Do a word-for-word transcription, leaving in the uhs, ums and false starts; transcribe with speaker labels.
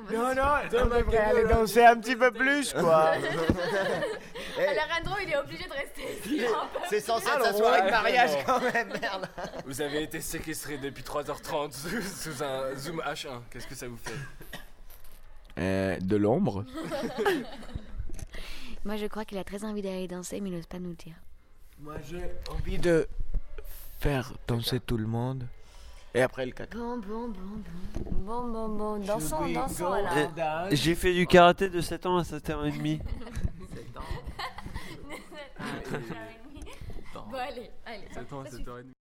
Speaker 1: Non, non, on devrait aller danser un petit peu plus, quoi.
Speaker 2: Alors Andrew, il est obligé de rester ici.
Speaker 3: C'est censé être
Speaker 1: Alors,
Speaker 3: sa soirée
Speaker 1: ouais,
Speaker 3: de mariage
Speaker 1: vraiment.
Speaker 3: quand même, merde.
Speaker 4: Vous avez été séquestré depuis trois heures trente sous, sous un Zoom H un. Qu'est-ce que ça vous fait?
Speaker 1: Euh, de l'ombre.
Speaker 2: Moi, je crois qu'il a très envie d'aller danser, mais il n'ose pas nous dire.
Speaker 1: Moi, j'ai envie de faire danser tout le monde. Et après le caca.
Speaker 2: Bon, bon, bon, bon. Bon, bon, bon. Dansons,
Speaker 1: Should we
Speaker 2: dansons
Speaker 1: go
Speaker 2: alors.
Speaker 1: and dance?
Speaker 5: J'ai fait du karaté de sept ans à sept heures trente.
Speaker 2: Bon, allez, allez.
Speaker 4: sept ans,
Speaker 2: Ça
Speaker 4: sept heures trente.